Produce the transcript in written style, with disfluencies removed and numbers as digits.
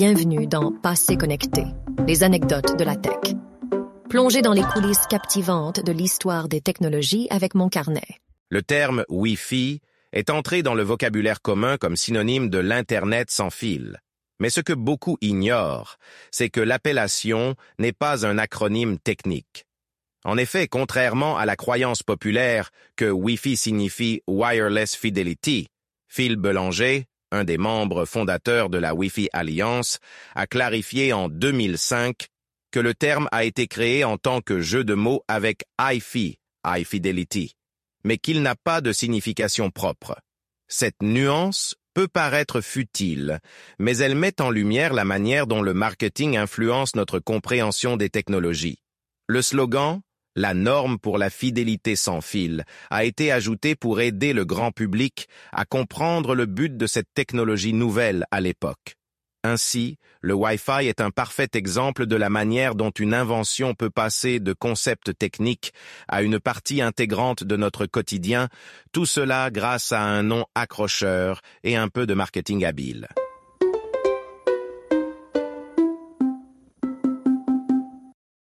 Bienvenue dans Passé connecté, les anecdotes de la tech. Plongez dans les coulisses captivantes de l'histoire des technologies avec mon carnet. Le terme Wi-Fi est entré dans le vocabulaire commun comme synonyme de l'Internet sans fil. Mais ce que beaucoup ignorent, c'est que l'appellation n'est pas un acronyme technique. En effet, contrairement à la croyance populaire que Wi-Fi signifie Wireless Fidelity, Phil Belanger, un des membres fondateurs de la Wi-Fi Alliance, a clarifié en 2005 que le terme a été créé en tant que jeu de mots avec Hi-Fi, High Fidelity, mais qu'il n'a pas de signification propre. Cette nuance peut paraître futile, mais elle met en lumière la manière dont le marketing influence notre compréhension des technologies. Le slogan « La norme pour la fidélité sans fil » a été ajouté pour aider le grand public à comprendre le but de cette technologie nouvelle à l'époque. Ainsi, le Wi-Fi est un parfait exemple de la manière dont une invention peut passer de concept technique à une partie intégrante de notre quotidien, tout cela grâce à un nom accrocheur et un peu de marketing habile.